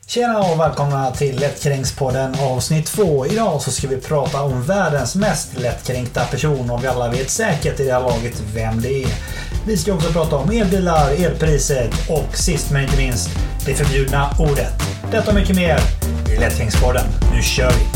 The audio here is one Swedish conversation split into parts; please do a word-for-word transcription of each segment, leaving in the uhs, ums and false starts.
Tjena och välkomna till Lättkränkspodden avsnitt två. Idag så ska vi prata om världens mest lättkränkta person och vi alla vet säkert i det här laget vem det är. Vi ska också prata om elbilar, elpriset och sist men inte minst det förbjudna ordet. Detta och mycket mer i Lättkränkspodden. Nu kör vi!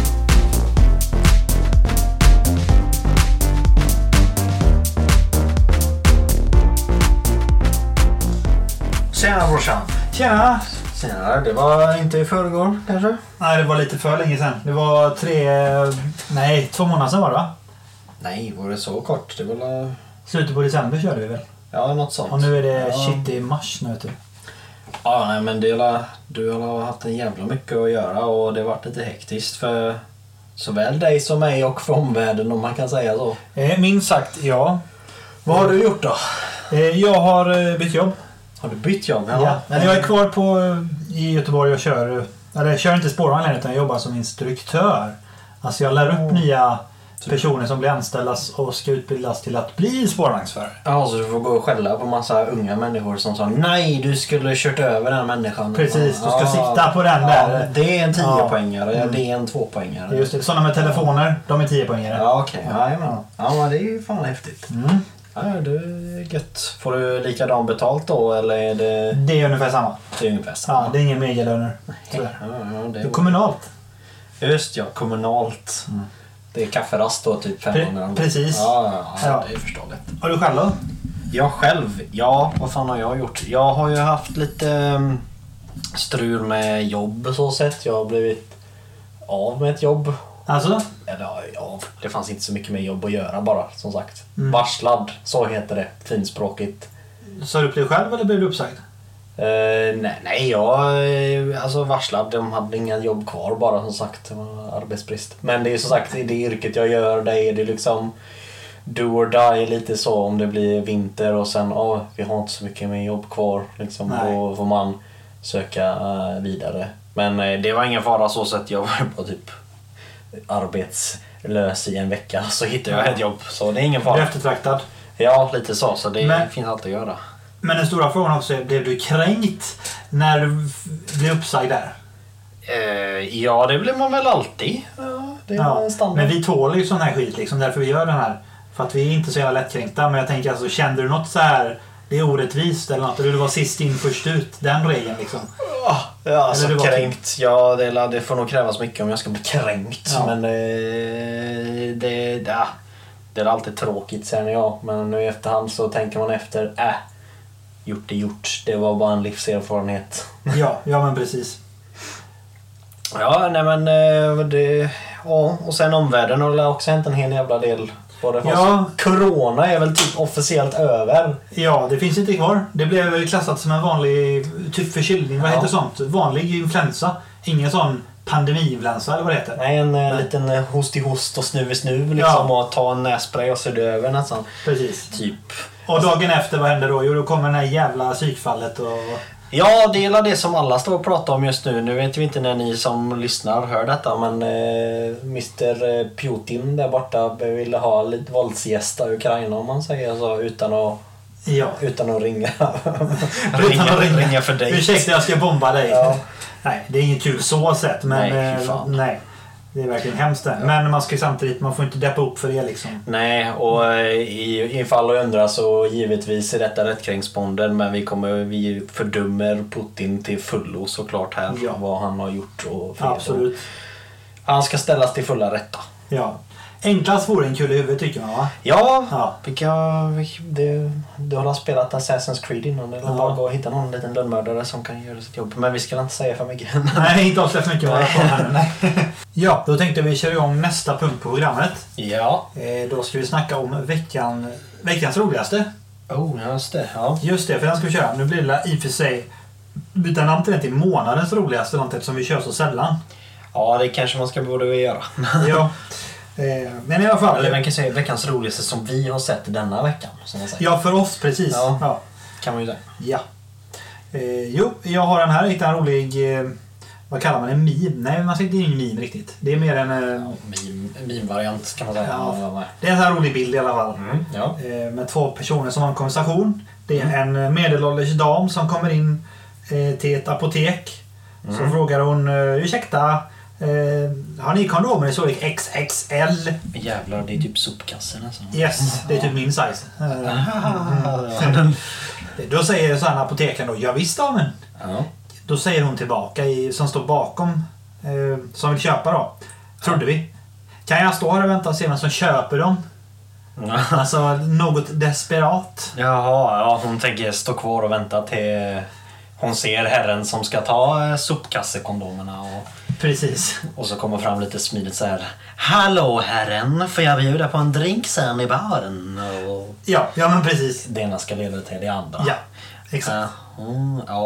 Tjena brorsan! Tjena! Tjena, det var inte i förrgår kanske? Nej, det var lite för länge sedan. Det var tre... Nej, två månader sedan var det va? Nej, var det så kort? Det var... Slutet på december körde vi väl? Ja, något sånt. Och nu är det ja. shit i mars nu vet du. Ja, nej men det är, du har haft en jävla mycket att göra och det har varit lite hektiskt för såväl dig som mig och för omvärlden om man kan säga så. Eh, minst sagt, ja. Vad har du gjort då? Eh, jag har eh, bytt jobb. Har du bytt jobb? Ja. ja. Men jag är kvar på, i Göteborg och kör... Eller jag kör inte spårvagn längre utan jag jobbar som instruktör. Alltså jag lär upp mm. nya personer som blir anställas och ska utbildas till att bli spårvagnsförare. Ja, så du får gå och skälla på massa unga människor som sa nej, du skulle kört över den människan. Precis, du ska ja, sikta på den ja, där. Det är en tio-poängare, ja. mm. det är en två-poängare. Just det, sådana med telefoner, de är tio-poängare. Ja, okej. Okay. Ja, ja. ja, men det är ju fan häftigt. Mm. Ja, det är gött. Får du likadan betalt då, eller är det... Det är ungefär samma. Det är ungefär samma. Ja, det är ingen megalöner. Ja, ja, det är... det är kommunalt. Just ja, kommunalt. Mm. Det är kafferast då typ fem Pre- gånger. Precis. Ja, ja, ja, ja, det är förståeligt. Har du själv då? Jag själv? Ja, vad fan har jag gjort? Jag har ju haft lite strul med jobb så sett. Jag har blivit av med ett jobb. Alltså? Eller ja, det fanns inte så mycket med jobb att göra bara, som sagt. Mm. Varslad, så heter det, finspråkigt. Så du blev själv eller blev du uppsagd? Uh, nej, nej, jag alltså varslad. De hade inga jobb kvar bara, som sagt. Det var arbetsbrist. Men det är som sagt, i det yrket jag gör, det är det liksom do or die lite så om det blir vinter och sen, ja, oh, vi har inte så mycket med jobb kvar. Liksom, då får man söka uh, vidare. Men uh, det var ingen fara så sett. Jag var bara typ arbetslös i en vecka så hittade jag ett jobb. Så det är ingen fara. Du är eftertraktad. Ja, lite så. Så det men, finns allt att göra. Men den stora frågan också är, blev du kränkt när du blev uppsagd där? Uh, ja, det blir man väl alltid. Ja, det är ja, standard. men vi tål ju sån här skit liksom, därför vi gör den här. För att vi är inte så jävla lättkränkta. Men jag tänker alltså, kände du något så här, det är orättvist eller något? Eller du var sist in först ut, den regeln liksom? Ja, alltså eller kränkt. Ja, det, det får nog krävas mycket om jag ska bli kränkt. Ja. Men det, det, ja, det är alltid tråkigt sen jag. Men nu i efterhand så tänker man efter, äh, gjort är gjort. Det var bara en livserfarenhet. Ja, ja men precis. Ja, nej men det, ja, och sen omvärlden har det också hänt en hel jävla del. Ja. Corona är väl typ officiellt över. Ja, det finns inte kvar. Det blev klassat som en vanlig typ förkylning. Vad ja. heter sånt? Vanlig influensa. Ingen sån pandemi-influensa eller vad det heter. Nej, en Nej. liten host i host och snuv i snuv liksom, ja. och ta en nässpray och sudda över nästan. Precis. Typ. Och dagen efter, vad händer då? Jo, då kommer det här jävla psykfallet och... Ja, det är det som alla står och pratar om just nu. Nu vet vi inte när ni som lyssnar hör detta, men eh, mister Putin där borta ville ha lite våldsgästa i Ukraina om man säger så, utan att, ja. utan att ringa. ringa, utan att ringa. ringa för dig. Ursäkta, jag ska bomba dig. Ja. Nej, det är inget kul så sett, men nej, eh, nej. Det är verkligen hemskt det. Ja. Men man ska samtidigt, man får inte deppa upp för det liksom. Nej, och i, i fall och undra så givetvis är detta Lättkränkspodden, men vi kommer vi fördömer Putin till fullo såklart här, ja. vad han har gjort och fel. Absolut. Han ska ställas till fulla rätta. Ja. Enklast vore en kul i huvudet tycker man va? Ja, ja. Vilka, det, du har spelat Assassin's Creed innan. Eller ja. bara gå och hitta någon liten lönnmördare som kan göra sitt jobb. Men vi ska inte säga för mycket. Nej, inte avslöja för mycket. Vad här, nej. Ja, då tänkte vi köra igång nästa punkt på programmet. Ja. Eh, då ska vi snacka om veckan, veckans roligaste. Oh, just det. Ja. Just det, för den ska vi köra. Nu blir det i och för sig byta namn till den till månadens roligaste något som vi kör så sällan. Ja, det kanske man ska borde göra. Ja. Men i alla fall... Eller man kan säga veckans roligaste som vi har sett denna veckan. Som jag säger. Ja, för oss precis. Ja, ja. kan man ju säga. Ja. Eh, jo, jag har den här. Hittade en rolig... Eh, vad kallar man en meme? Nej, man säger inte en meme riktigt. Det är mer en... Eh, ja, meme, en meme-variant kan man säga. Ja, det är en här rolig bild i alla fall. Mm, ja. eh, med två personer som har en konversation. Det är mm. en medelålders dam som kommer in eh, till ett apotek. Mm. Så frågar hon, ursäkta, eh, har ni kondomer i storlek X X L? Jävlar, det är typ sopkassen alltså. Yes, det är typ min size. Mm. Då säger så här apotekaren då, ja visst damen. Ja. Då säger hon tillbaka i, som står bakom, eh, som vill köpa då. Trodde vi. Kan jag stå här och vänta och se vem som köper dem? Alltså något desperat. Jaha, ja, hon tänker stå kvar och vänta till hon ser herren som ska ta sopkassekondomerna och, precis. Och så kommer fram lite smidigt så här: hallå herren, får jag bjuda på en drink sen i baren? Och ja, ja men precis. det ena ska leda till det andra. Ja, exakt. Uh, mm, ja.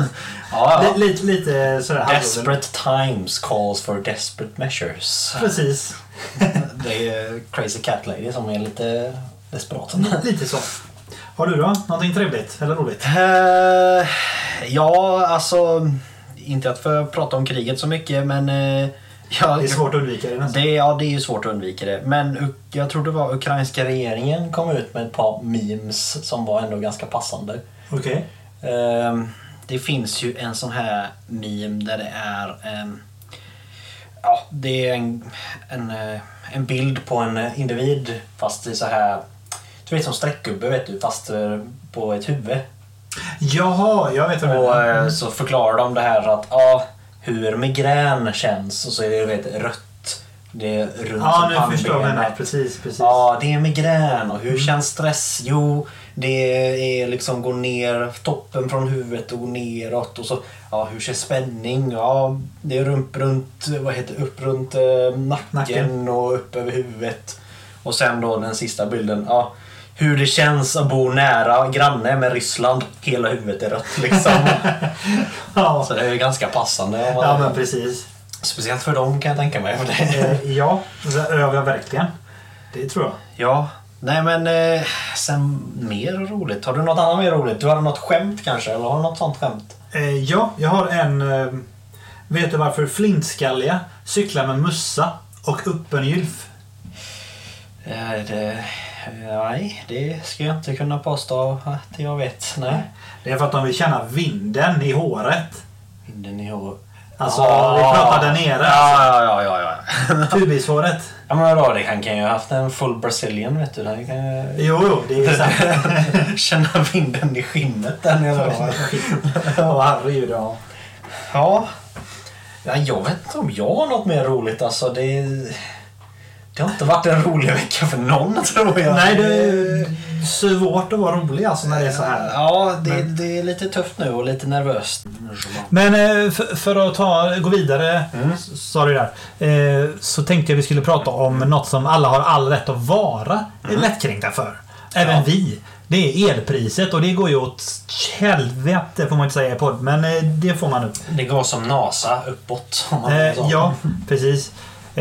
ja, ja. Lite, lite sådär. Desperate times calls for desperate measures. Precis. Det är Crazy Cat Lady som är lite desperat. Lite så. Har du då? Någonting trevligt eller roligt? Uh, ja, alltså inte att få prata om kriget så mycket, men uh, ja, det är svårt att undvika det nästan. det. Ja, det är ju svårt att undvika det. Men jag tror det var ukrainska regeringen kom ut med ett par memes som var ändå ganska passande. Okej. Okay. Uh, det finns ju en sån här meme där det är um, ja, det är en, en, en bild på en individ fast i så här, du vet som streckgubbe vet du, fast på ett huvud. Jaha, jag vet vad det är. Och så förklarar de det här att ja, hur migrän känns och så är det vet, rött. Det är runt ja, nu förstår jag det. Precis, precis. Ja, det är migrän. Och hur mm. känns stress? Jo, det är liksom gå ner toppen från huvudet och gå neråt och så ja, hur känns spänning? Ja, det är runt runt vad heter upp runt eh, nacken, nacken och upp över huvudet. Och sen då den sista bilden, ja, hur det känns att bo nära granne med Ryssland. Hela huvudet är rött liksom. Ja. Så det är ju ganska passande. Ja, men precis. Speciellt för dem kan jag tänka mig. Ja, över verkligen. Det tror jag. Ja, nej men eh, sen mer roligt. Har du något annat mer roligt? Du har något skämt kanske? Eller har du något sånt skämt? Eh, ja, jag har en... Eh, vet du varför flintskalliga cyklar med mussa och öppen gylf? Eh, det... Nej, det ska jag inte kunna påstå att jag vet. Nej. Det är för att de vill känna vinden i håret. Vinden i håret. Alltså, ah, vi pratar där nere. Ja, ja, ja, ja, ja. Pubishåret. Ja, men då, det kan, kan ju ha haft en full Brazilian, vet du. Det kan jag... Jo, jo, det är sant. Känna vinden i skinnet där nere. Ja, herregud, ja. Ja. Ja, jag vet inte om jag har något mer roligt. Alltså, det... Det har inte varit en rolig vecka för någon, tror jag. Nej, det är svårt att vara rolig alltså när det är så här. Ja, det, Men... det är lite tufft nu och lite nervöst. Men för, för att ta, gå vidare, mm. sorry där, så tänkte jag vi skulle prata om något som alla har all rätt att vara mm. lättkränkta för. Även ja. vi. Det är elpriset och det går ju åt helvete får man inte säga på, men det får man upp. Det går som NASA uppåt. Om man eh, ja, precis. Eh,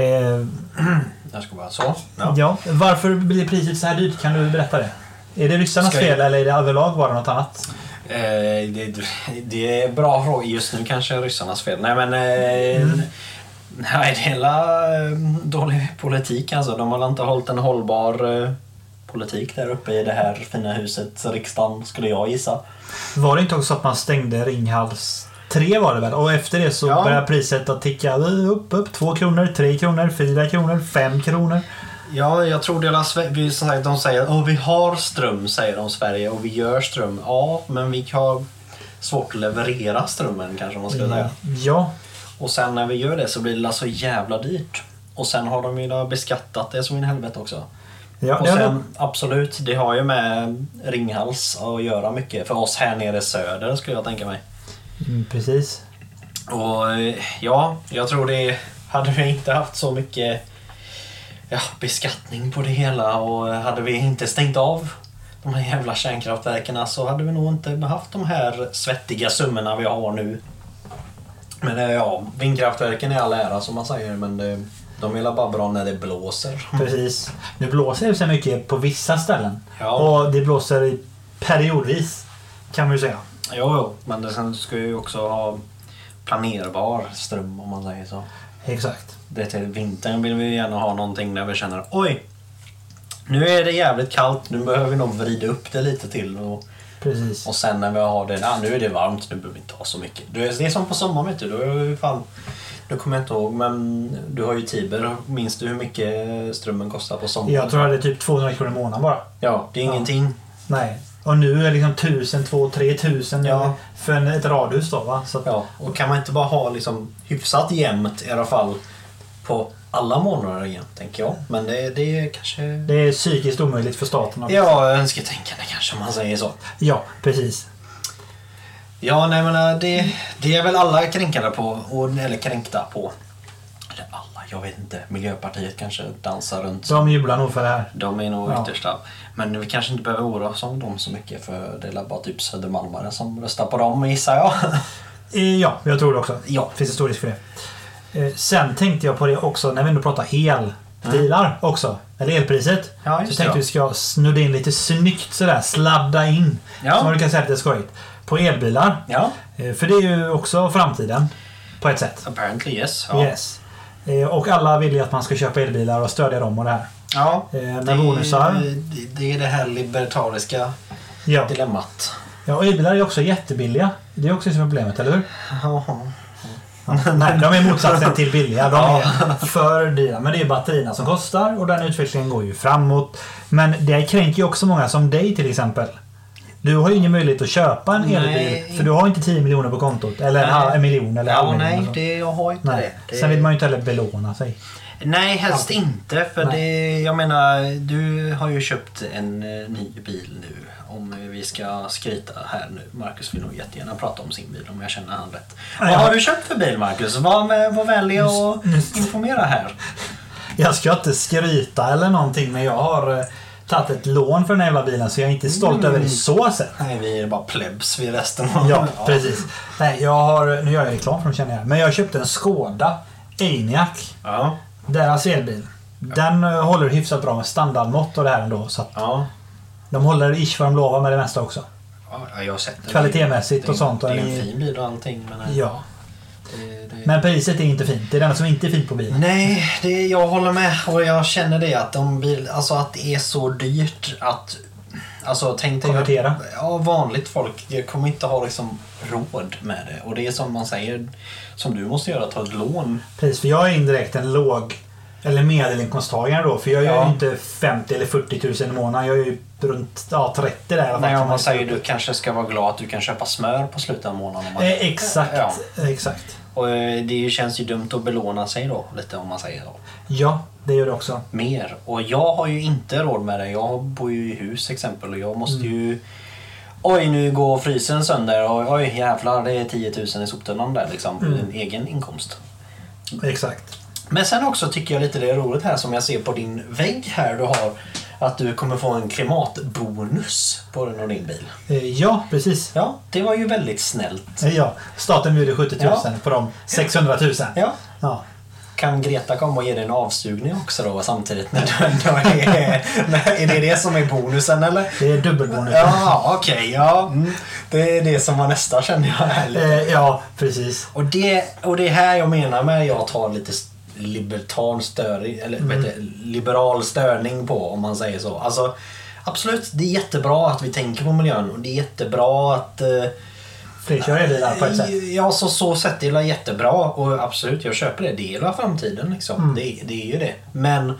Jag ska bara så. Ja. ja. Varför blir priset så här dyrt? Kan du berätta det? Är det ryssarnas jag... fel eller är det överlag bara något annat? Eh, det, det är bra fråga. Just nu kanske ryssarnas fel. Nej men eh, mm. nej, det är hela dålig politik alltså. De har inte hållit en hållbar eh, politik där uppe i det här fina huset, riksdagen skulle jag gissa. Var det inte också att man stängde Ringhals tre var det väl? Och efter det så ja. började priset att ticka upp, upp. Två kronor, tre kronor, fyra kronor, fem kronor. Ja, jag tror det är de säger att vi har ström, säger de Sverige, och vi gör ström. Ja, men vi har svårt att leverera strömmen kanske man ska säga. Ja. Och sen när vi gör det så blir det så jävla dyrt. Och sen har de ju beskattat det som i helvete också. Ja, och sen, absolut, det har ju med Ringhals att göra mycket. För oss här nere i söder skulle jag tänka mig. Mm, precis. Och ja, jag tror det hade vi inte haft så mycket ja, beskattning på det hela och hade vi inte stängt av de här jävla kärnkraftverken så hade vi nog inte haft de här svettiga summorna vi har nu. Men ja, vindkraftverken är all ära som man säger, men det, de vill bara bra när det blåser. Precis. Nu blåser det så mycket på vissa ställen. Ja. Och det blåser periodvis kan man ju säga. Jo, jo, men det, sen ska ju också ha planerbar ström om man säger så. Exakt. Det till vintern vill vi gärna ha någonting där vi känner oj, nu är det jävligt kallt, nu behöver vi nog vrida upp det lite till och Precis. Och sen när vi har det, ah, nu är det varmt, nu behöver vi inte ha så mycket. Det är som på sommaren, vet du. Då är ju fan, nu kommer jag inte ihåg, men du har ju Tiber. Minns du hur mycket strömmen kostar på sommaren? Jag tror att det är typ tvåhundra kronor i månaden bara. Ja, det är ja. ingenting. Nej. Och nu är det liksom tusen, två, tre tusen ja. för en, ett radhus då, va? Så att... Ja, och kan man inte bara ha liksom hyfsat jämnt i alla fall på alla månader igen, tänker jag. Men det, det är kanske... Det är psykiskt omöjligt för staten också. Ja, önsketänkande kanske man säger så. Ja, precis. Ja, nej men det, det är väl alla kränkade på, eller kränkta på. Eller alla, jag vet inte. Miljöpartiet kanske dansar runt. De jublar nog för det här. De är nog ja. yttersta. Men vi kanske inte behöver oroa oss om dem så mycket, för det är bara typ Södermalmare som röstar på dem, gissar jag. Ja, jag tror det också. Ja. Det finns en stor risk för det. Sen tänkte jag på det också, när vi nu pratar elbilar mm. också. Eller elpriset. Ja, så tänkte vi ska snudda in lite snyggt sådär. Sladda in. Ja. Som du kan säga att det är skojigt. På elbilar. Ja. För det är ju också framtiden. På ett sätt. Apparently yes. Ja. Yes. Och alla vill ju att man ska köpa elbilar och stödja dem och det här. Ja. Med det, bonusar. Det, det är det här libertariska ja. dilemmat. Ja, och elbilar är också jättebilliga. Det är också som problemet, eller hur? Ja. Ja, nej, de är motsatsen till billiga. De är för dyra. Men det är batterierna som kostar och den utvecklingen går ju framåt. Men det kränker ju också många som dig till exempel. Du har ju ingen möjlighet att köpa en elbil. Nej. För du har inte tio miljoner på kontot. Eller en, halv, en miljon eller ja, nej, det, jag har inte nej. det. det. Sen vill man ju inte heller belåna sig. Nej, helst ja. inte. För nej. det, jag menar, du har ju köpt en uh, ny bil nu. Om vi ska skryta här nu. Marcus vill nog jättegärna prata om sin bil om jag känner han rätt. Ja. Vad har du köpt för bil, Marcus? Var, var vänlig och informera här. Jag ska inte skryta eller någonting, men jag har uh, tagit ett lån för den här jävla bilen, så jag är inte stolt mm. över det så sätt. Nej, vi är bara plebs vid resten. Ja, ja, precis. Nej, jag har, nu gör jag reklam för dem, känner jag. Men jag köpte en Skoda Enyaq. Ja. Deras elbil. Den uh, håller hyfsat bra med standardmått och det här ändå. Så att ja. De håller ish vad de lovar med det mesta också. Ja, jag har sett det. Kvalitetmässigt det, och sånt. Det är en ni... fin bil och allting. Men, ja. Det, det... men priset är inte fint. Det är den som inte är fint på bilen. Nej, det, jag håller med. Och jag känner det att, de bil, alltså att det är så dyrt att... Alltså, tänk dig, konvertera. Ja, vanligt folk. Jag kommer inte ha liksom råd med det. Och det är som man säger, som du måste göra, ta ett lån. Precis, för jag är indirekt en låg eller medelinkomsttagare då. För jag gör ja. ju inte femtio eller fyrtio tusen i månaden. Jag är ju runt ja, trettio där i alla fall. Nej, om man säger du kanske ska vara glad att du kan köpa smör på slutet av månaden. Om man... eh, exakt, ja. exakt. Och det känns ju dumt att belåna sig då, lite om man säger så. Ja, det gör det också. Mer. Och jag har ju inte råd med det. Jag bor ju i hus exempel och jag måste mm. ju... Oj, nu går frysen sönder och oj jävlar, det är tio tusen i soptunnan där liksom. Mm. En egen inkomst. Exakt. Men sen också tycker jag lite det är roligt här som jag ser på din vägg här du har. Att du kommer få en klimatbonus på den och din bil. Ja, precis. Ja, det var ju väldigt snällt. Ja, staten bjuder sjuttio tusen ja. På de sexhundra tusen. Ja. Ja. Kan Greta komma och ge dig en avsugning också då samtidigt? När du ändå är, är det det som är bonusen eller? Det är dubbelbonus. Ja, okej. Okay, ja. Mm. Det är det som var nästa känner jag. Eh, ja, precis. Och det, och det här jag menar med jag tar lite liberal störning, eller mm. vet du, liberal störning på om man säger så. Alltså, absolut, det är jättebra att vi tänker på miljön och det är jättebra att... Eh, fler kör elbilar på ett sätt. Ja, så, så sätt det är jättebra och absolut, jag köper det. Det är hela framtiden liksom. Mm. Det, det är ju det. Men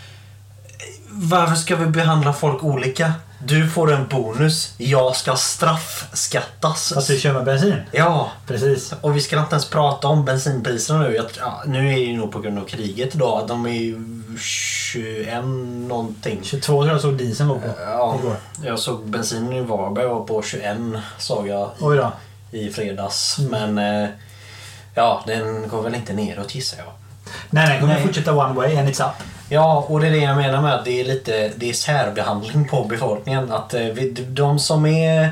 varför ska vi behandla folk olika? Du får en bonus, jag ska straffskattas. Att du kör med bensin? Ja, precis. Och vi ska inte ens prata om bensinpriserna nu. Jag, ja, nu är det ju nog på grund av kriget idag. De är ju tjugoett någonting. tjugotvå tror jag såg dieseln var på ja, igår. Jag såg bensinen i Varberg var på tjugoett såg jag i, Oj då. i fredags. Mm. Men eh, ja, den går väl inte neråt gissar jag. Nej, den kommer Nej. fortsätta one way and it's up. Ja, och det är det jag menar med att det är lite det är särbehandling på befolkningen. Att eh, de som är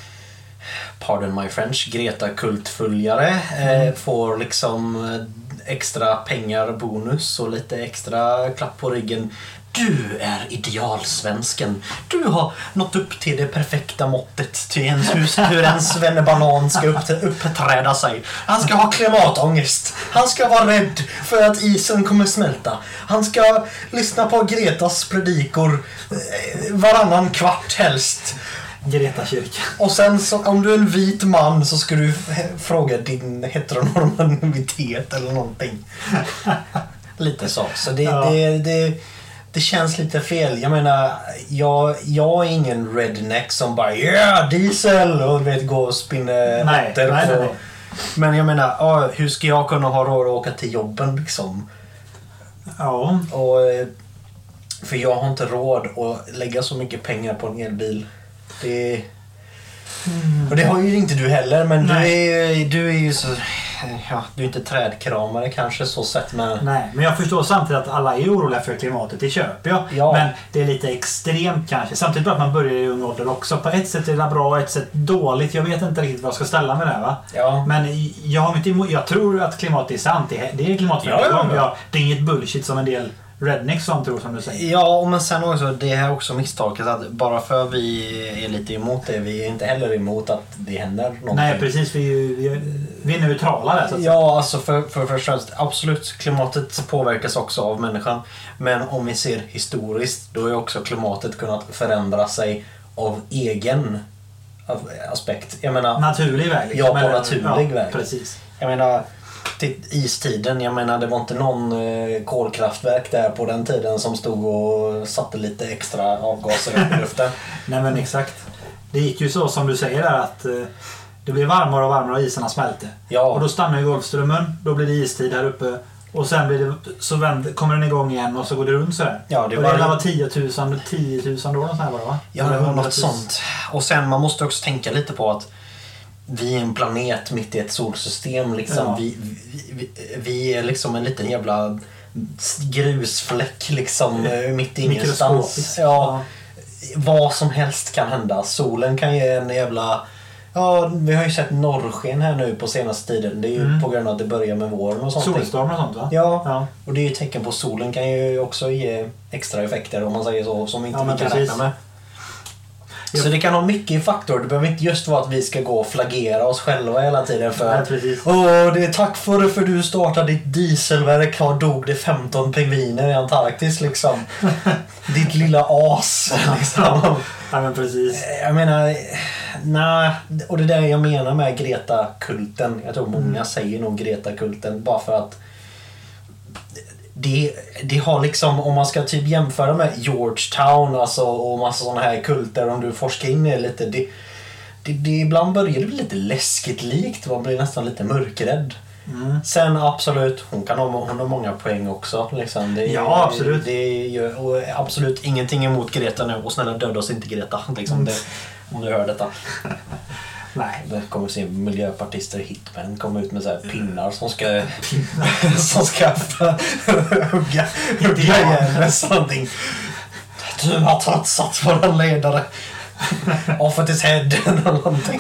pardon my French, Greta-kultföljare mm. eh, får liksom extra pengar, bonus och lite extra klapp på ryggen. Du är idealsvensken. Du har nått upp till det perfekta måttet till ens hus, hur en svennebanan ska upp, uppträda sig. Han ska ha klimatångest. Han ska vara rädd för att isen kommer smälta. Han ska lyssna på Gretas predikor varannan kvart helst. Greta-kyrkan. Och sen så, om du är en vit man så ska du f- fråga din heteronormativitet eller någonting. Lite så. Så det, Ja. det, det, det känns lite fel. Jag menar, jag, jag är ingen redneck som bara yeah, diesel och vet gå och spinna Nej, råttor nej, på. nej, nej. Men jag menar, ja, hur ska jag kunna ha råd att åka till jobben liksom? Ja. Och, eh, för jag har inte råd att lägga så mycket pengar på en elbil. Det, Mm. och det har ju inte du heller, men du Nej. är, du är ju så... Ja, du är inte trädkramare kanske så sett, men... Nej, men jag förstår samtidigt att alla är oroliga för klimatet, det köper jag. Ja. Men det är lite extremt kanske. Samtidigt bara att man börjar i ung ålder också. På ett sätt är det bra och ett sätt dåligt. Jag vet inte riktigt vad jag ska ställa med det, va? Ja. Men jag har inte emot, jag tror att klimatet är sant. Det är, det är klimatförändring. Ja, ja, ja. Ja, det är inget bullshit som en del rednecks som tror, som du säger. Ja, men sen också, det här också misstolkat att bara för vi är lite emot det, vi är inte heller emot att det händer någonting. Nej, precis. Vi är, ju- vi är, vi är neutrala där, så att säga. Ja, alltså för, för först och främst, absolut, klimatet påverkas också av människan. Men om vi ser historiskt, då är också klimatet kunnat förändra sig av egen av- aspekt. Jag menar, Naturlig väg. liksom. Ja, på Eller- naturlig ja, väg. Precis. jag menar till istiden, jag menar det var inte någon eh, kolkraftverk där på den tiden som stod och satte lite extra avgaser upp i luften. Nej, men exakt. Det gick ju så som du säger där att eh, det blev varmare och varmare och isarna smälte. Ja. Och då stannar ju Golfströmmen, då blir det istid här uppe. Och sen blir det, så vänd, kommer den igång igen och så går det runt så här. Ja, det och var- det var tio tusen, tio tusen år så här var det, va? Ja, det var hundra något tusen. sånt. Och sen man måste också tänka lite på att vi är en planet mitt i ett solsystem. Liksom. Ja. Vi, vi, vi, vi är liksom en liten jävla grusfläck liksom, eh, mitt i ingenstans. Mikroskopiskt. Ja, vad som helst kan hända. Solen kan ge en jävla... Ja, vi har ju sett norrsken här nu på senaste tiden. Det är ju Mm. på grund av att det börjar med våren och sånt. Solstormar och sånt, va? Ja, Ja. och det är ju ett tecken på solen kan ju också ge extra effekter om man säger så, som inte Ja, men vi kan precis. räkna med. Så det kan ha mycket faktor. Det behöver inte just vara att vi ska gå och flaggera oss själva hela tiden för Nej, precis. åh, det är tack för för du startade ditt dieselverk, har dog det femton pingviner i Antarktis liksom. Ditt lilla as liksom. Ja, men precis. Jag menar, nej, och det där jag menar med Greta-kulten. Jag tror många Mm. säger nog Greta-kulten bara för att det, det har liksom, om man ska typ jämföra med Georgetown alltså, och massa sådana här kulter, om du forskar in i det lite, det, det, det ibland börjar det bli lite läskigt likt, man blir nästan lite mörkrädd. Mm. Sen absolut, hon kan ha, hon har många poäng också liksom. Det, Ja, absolut. Det gör, och absolut ingenting emot Greta nu, och snälla döda oss inte Greta liksom, det, om du hör detta. Nej. Det kommer se miljöpartister i Hitman komma ut med så här pinnar som ska som ska hugga hugga ihjäl med någonting. Du har trotsat våran ledare. Off at his head eller någonting.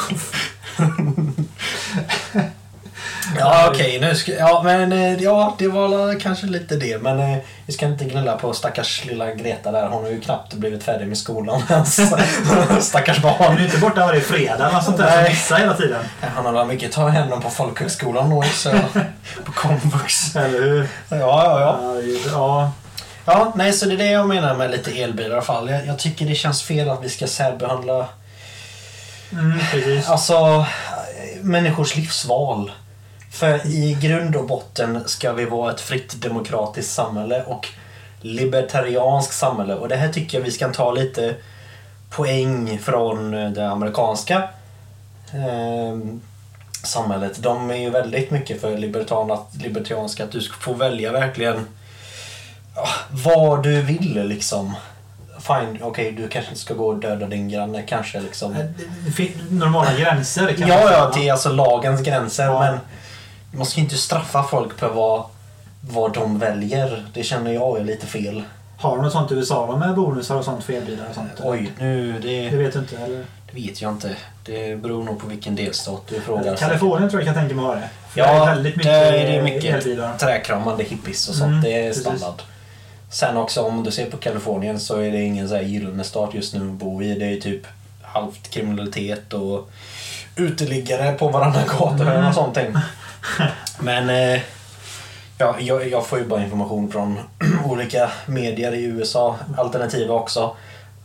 Ja, okej, nu ska ja, men eh, ja, det var kanske lite det, men eh, vi ska inte gnälla på stackars lilla Greta där. Hon har ju knappt blivit färdig med skolan ens. Stackars Hon barn. är inte borta varje fredag eller sånt där som Nej. missar hela tiden. Han har mycket ta henne på folkhögskolan då så på komvux. Eller hur? Ja, ja, ja. Ja, ja. Ja, nej, så det är det jag menar med lite elbilar i alla fall. Jag, jag tycker det känns fel att vi ska särbehandla Mm, precis. alltså människors livsval. För i grund och botten ska vi vara ett fritt demokratiskt samhälle och libertarianskt samhälle. Och det här tycker jag vi ska ta lite poäng från det amerikanska eh, samhället. De är ju väldigt mycket för libertarianska, att du ska få välja verkligen ja, vad du vill liksom. Fine, okej, okay, du kanske inte ska gå och döda din granne kanske liksom. Det finns normala gränser kan man Ja, säga. ja, det är alltså lagens gränser, Ja. men man ska inte straffa folk på vad, vad de väljer. Det känner jag är lite fel. Har de något sånt i U S A med bonusar och sånt för elbilar och sånt? Oj, nu det, Det vet du inte, eller? det vet jag inte. Det beror nog på vilken delstat du frågar. Kalifornien tror jag kan tänka mig ha det. För Ja, det är väldigt mycket, där är det mycket elbilar. träkramande hippies och sånt. Mm, det är precis. standard. Sen också om du ser på Kalifornien så är det ingen så här gyllene start just nu att bo i. Det är typ halvt kriminalitet och uteliggare på varannan gata Mm. och sånt. Men eh, ja, jag, jag får ju bara information från olika medier i U S A, alternativa också.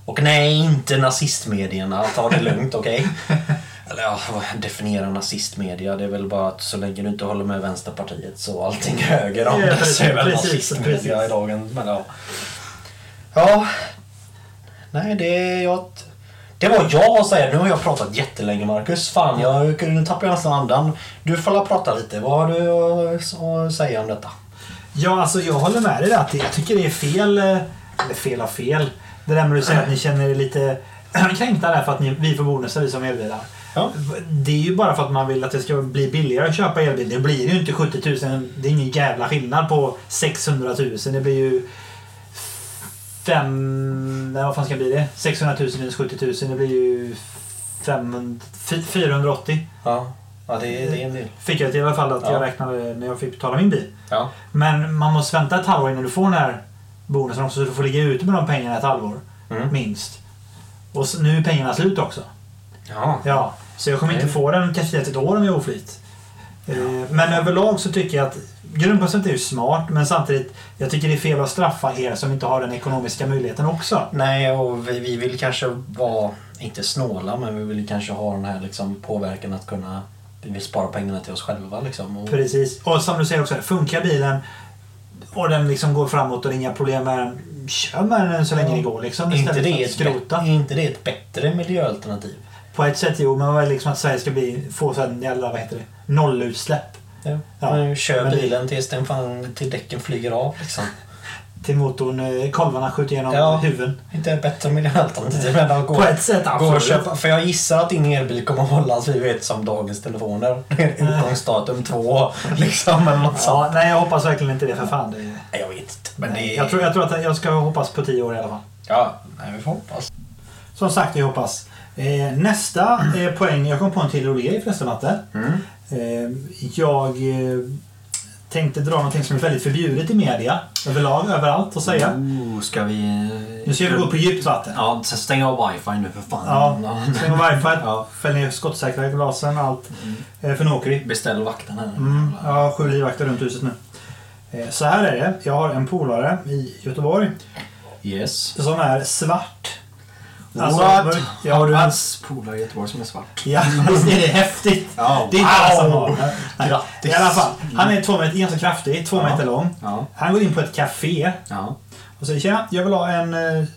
Och nej, inte nazistmedierna. Ta det lugnt, okej? Okay? Eller ja, vad definierar nazistmedia? Det är väl bara att så länge du inte håller med Vänsterpartiet så allting höger om ja, det så är väl precis, nazistmedia precis. i dagen. Men ja. Ja. Nej, det är jag... Det var jag att säga. Nu har jag pratat jättelänge, Marcus. Fan, jag nu tappar jag nästan andan. Du får prata lite. Vad har du att säga om detta? Ja, alltså jag håller med dig där. Att jag tycker det är fel, eller fel av fel. Det där med att säga att ni känner er lite kränkta där för att ni, vi får bonusar, vi som elbilar. Ja. Det är ju bara för att man vill att det ska bli billigare att köpa elbil. Det blir ju inte sjuttio tusen. Det är ingen jävla skillnad på sexhundra tusen. Det blir ju fem... Nej, vad fan ska det bli det? sexhundra tusen minus sjuttio tusen. Det blir ju femhundra, fyrahundraåttio. Ja, ja det, är, det är en del. Fick jag till i alla fall att Ja. jag räknade när jag fick betala min bil. Ja. Men man måste vänta ett halvår innan du får den här bonusen också. Så du får ligga ute med de pengarna ett halvår. Mm. Minst. Och så, nu är pengarna slut också. Ja. Ja, så jag kommer inte få den kanske ett år om jag är oflyt. Ja. Men överlag så tycker jag att grundprocessen är ju smart, men samtidigt jag tycker det är fel att straffa er som inte har den ekonomiska möjligheten också. Nej, och vi, vi vill kanske vara, inte snåla, men vi vill kanske ha den här liksom, påverkan att kunna, vi vill spara pengarna till oss själva. Liksom, och... Precis, och som du säger också, funkar bilen och den liksom går framåt och inga problem med den, kör med den så länge det går. Liksom, är, inte det ett skrota. är inte det ett bättre miljöalternativ? På ett sätt jo, men vad liksom att Sverige ska bli, få sån jävla, vad heter det, nollutsläpp. Ja. Ja. Men kör Men bilen det... tills den fan, till däcken flyger av. Liksom. Till motorn, kolvarna skjuter igenom ja. huvuden. Inte ett bättre miljöalternativ. Men gå, på ett sätt gå absolut. och köpa, för jag gissar att din elbil kommer att hållas, vi vet, som dagens telefoner. Utgångsdatum två. Liksom, eller något ja, nej, jag hoppas verkligen inte det för fan. Det... Nej, jag vet inte. Men nej, det... jag, tror, jag tror att jag ska hoppas på tio år i alla fall. Ja, nej, vi får hoppas. Som sagt, jag hoppas. Eh, nästa eh, poäng, jag kom på en till rolig grej förresten, Matte. Mm. Eh, jag eh, tänkte dra någonting som är väldigt förbjudet i media. Överlag, överallt att säga. Oh, ska vi... Nu ska vi gå på djupt vatten. Ja, stäng av wifi nu för fan. Ja, stäng av wifi. Ja. Fäll ner skottsäkra glasen och allt. Mm. Eh, för nu åker vi. Beställ vakten här. Mm, jag har sju livvakter runt huset nu. Eh, så här är det. Jag har en polare i Göteborg. Yes. Som är svart. Alltså, What? Jag har du en polare i Göteborg som är svart? Ja, visst är det häftigt. Ja. Det är inte alla som har. Grattis. I alla fall, han är två meter, ganska kraftig, två ja. meter lång. Ja. Han går in på ett café. Ja. Och säger, tjena, jag vill ha en,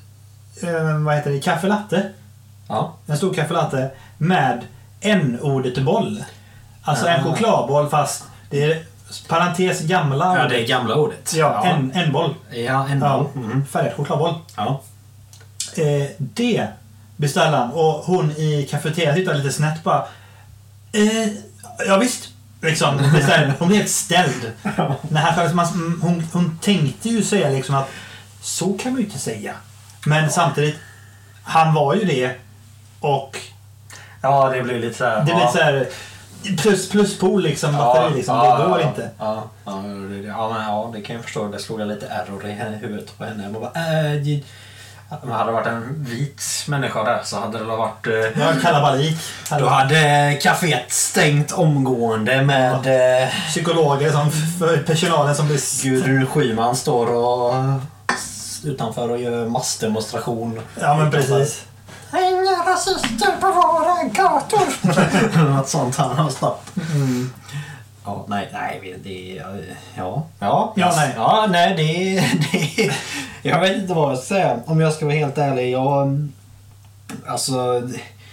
eh, vad heter det, kaffe latte. Ja. En stor kaffe latte med n-ordet boll. Alltså ja. En chokladboll fast det är parentes gamla. Ja, det är gamla ordet. Ja, ja. en, en boll. Ja, en boll. Ja, mm. färgad chokladboll. Ja. Eh, det beställer han och hon i kafeterian tittar lite snett bara. Eh, ja visst. Liksom, beställer. Hon blir helt ställd. När här, man, hon, hon tänkte ju säga liksom att så kan man ju inte säga. Men ja. Samtidigt, han var ju det och ja, det blir lite så här. Det blir ja. så här plus plus pool liksom, ja, batteri liksom. Ja, det går ja, inte. Ja, ja, det, ja, men ja, det kan jag förstå. Det slog lite error i huvudet på henne. Man bara, äh, om det hade varit en vit människa där så hade det varit... Eh, ja, kalabalik. Då hade kaféet stängt omgående med... Ja. Psykologer som för personalen som blir... Gudrun Schyman står och utanför och gör massdemonstration. Ja, men precis. Inga rasister på våra gator! Något sånt här har snabbt. Mm. Ja, nej, nej, det... Ja, ja, ja, nej. Ja, nej, det, det... Jag vet inte vad jag ska säga. Om jag ska vara helt ärlig, jag... Alltså...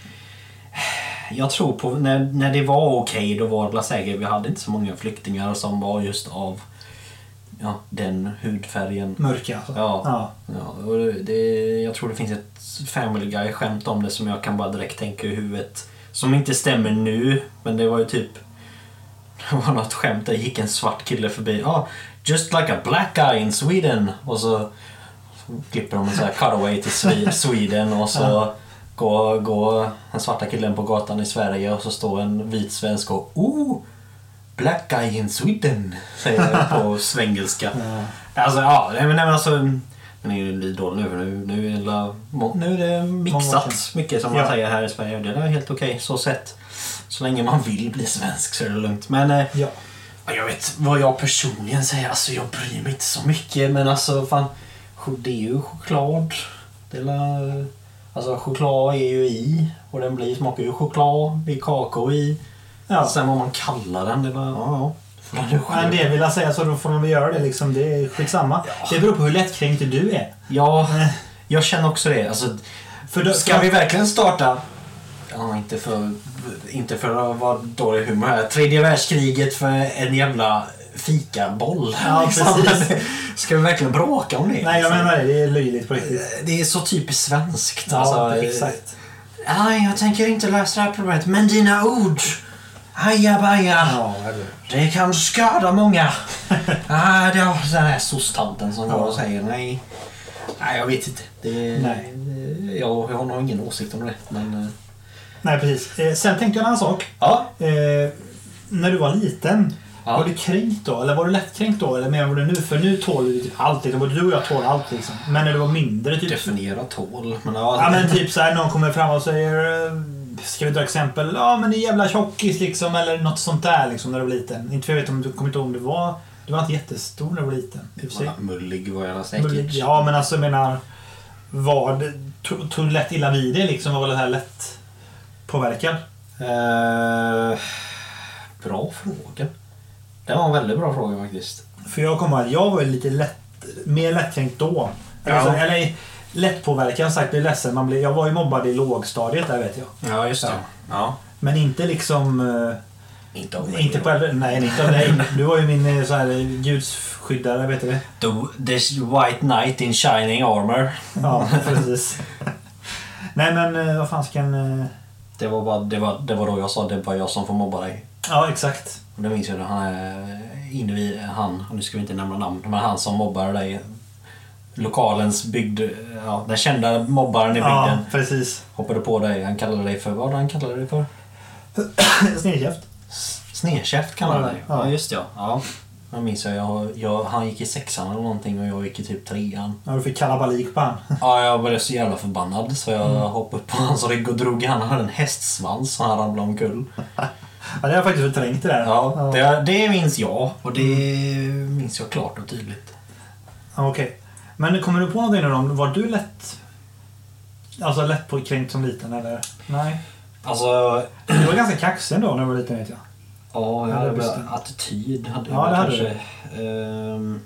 Jag tror på... När, när det var okej, då var det säkert... Vi hade inte så många flyktingar som var just av... Ja, den hudfärgen. Mörka alltså. Ja, ja. ja och det, jag tror det finns ett Family Guy-skämt om det som jag kan bara direkt tänka i huvudet. Som inte stämmer nu, men det var ju typ... Det var något skämt där gick en svart kille förbi. Ja, oh, just like a black guy in Sweden. Och så, så klipper de en sån här cutaway till Sweden och så ja. går, går den svarta killen på gatan i Sverige och så står en vit svensk och oh, black guy in Sweden säger jag på svengelska. Ja. Alltså ja, nej men alltså den är ju lite dålig nu för nu, nu, är det, nu är det mixat mycket som man ja. säger här i Sverige. Det är helt okej, så sett. Så länge man vill bli svensk så är det lugnt. Men eh, ja. jag vet vad jag personligen säger. Alltså jag bryr mig inte så mycket. Men alltså fan, det är ju choklad. Det är la, Alltså choklad är ju i och den blir, smakar ju choklad, det är kakao i. Ja. Sen vad man kallar den, det var, ja, ja. Men det vill jag säga, så då får de väl göra det liksom. Det är skitsamma. Ja. Det beror på hur lättkränkt du är. Ja, jag känner också det. Alltså, för då, ska för... vi verkligen starta... Ja, inte för, inte för att vara dålig humor här. Tredje världskriget för en jävla fikaboll. Ja, liksom. Precis. Ska vi verkligen bråka om det? Nej, jag menar det. Det är löjligt på riktigt. Det är så typiskt svenskt. Ja, alltså, exakt. Nej, jag tänker inte lösa det här problemet. Men dina ord... Ajabaja. Ja, det. det kan skada många. ah, det är den här sostanten som ja. går och säger nej. Nej, jag vet inte. Det, nej. Jag, jag har nog ingen åsikt om det. Men... Nej, precis. Eh, sen tänkte jag en annan sak. Ja. Eh, när du var liten, ja. Var du kränkt då? Eller var du lättkränkt då? Eller mer var du nu? För nu tål du typ allt. Liksom. Både du och jag tål allt liksom. Men när du var mindre typ... Definiera tål. Men, ja. ja, men typ så här, någon kommer fram och säger... Ska vi ta exempel? Ja, men det är jävla tjockis liksom. Eller något sånt där liksom när du var liten. Inte för jag vet om du kommer inte ihåg om du var... Du var inte jättestor när du var liten. Ja, mullig var jag säkert. Mullig, ja, men alltså jag menar... Vad... Tog, tog lätt illa vid det liksom? Var väl det här lätt påverkad? Uh, bra fråga. Det var en väldigt bra fråga faktiskt. För jag kommer att jag var lite lätt... Mer lättkränkt då. Ja. Alltså, eller... Lätt påverkan, sagt blir ledsen. Man blir, jag var ju mobbad i lågstadiet där vet jag. Ja, just det. Ja. Men inte liksom... Uh, inte av mig. Inte på, nej, inte av dig. Du var ju min så här gudsskyddare, vet du det? The, this white knight in shining armor. Ja, precis. Nej, men uh, vad fan ska en... Uh... Det var bara det var, det var då jag sa det var jag som får mobba dig. Ja, exakt. Och det minns jag, han är inne vid han, och nu ska vi inte nämna namn, men han som mobbar dig. Lokalens byggd, ja, den kända mobbaren i bygden. Ja, precis. Hoppade på dig, han kallade dig för, vad han kallade dig för? Snedkäft. Snedkäft kallade ja, dig. Ja. ja, just ja. Ja. Jag minns jag, jag, jag, han gick i sexan eller någonting och jag gick i typ trean. Ja, du fick kalabalik på han. Ja, jag blev så jävla förbannad så jag mm. hoppade upp på hans rygg och drog. Han hade en hästsvans så han ramlade omkull. Ja, det har jag faktiskt förträngt det där. Ja, ja. Det, det minns jag och det mm. minns jag klart och tydligt. Ja, okej. Okay. Men kommer du på någonting nu om, var du lätt alltså lätt på kränkt som liten eller? Nej. Alltså, du var ganska kaxig ändå när du var liten vet jag. Ja, jag hade väl attityd hade ja, jag det kanske. Hade du. Ehm,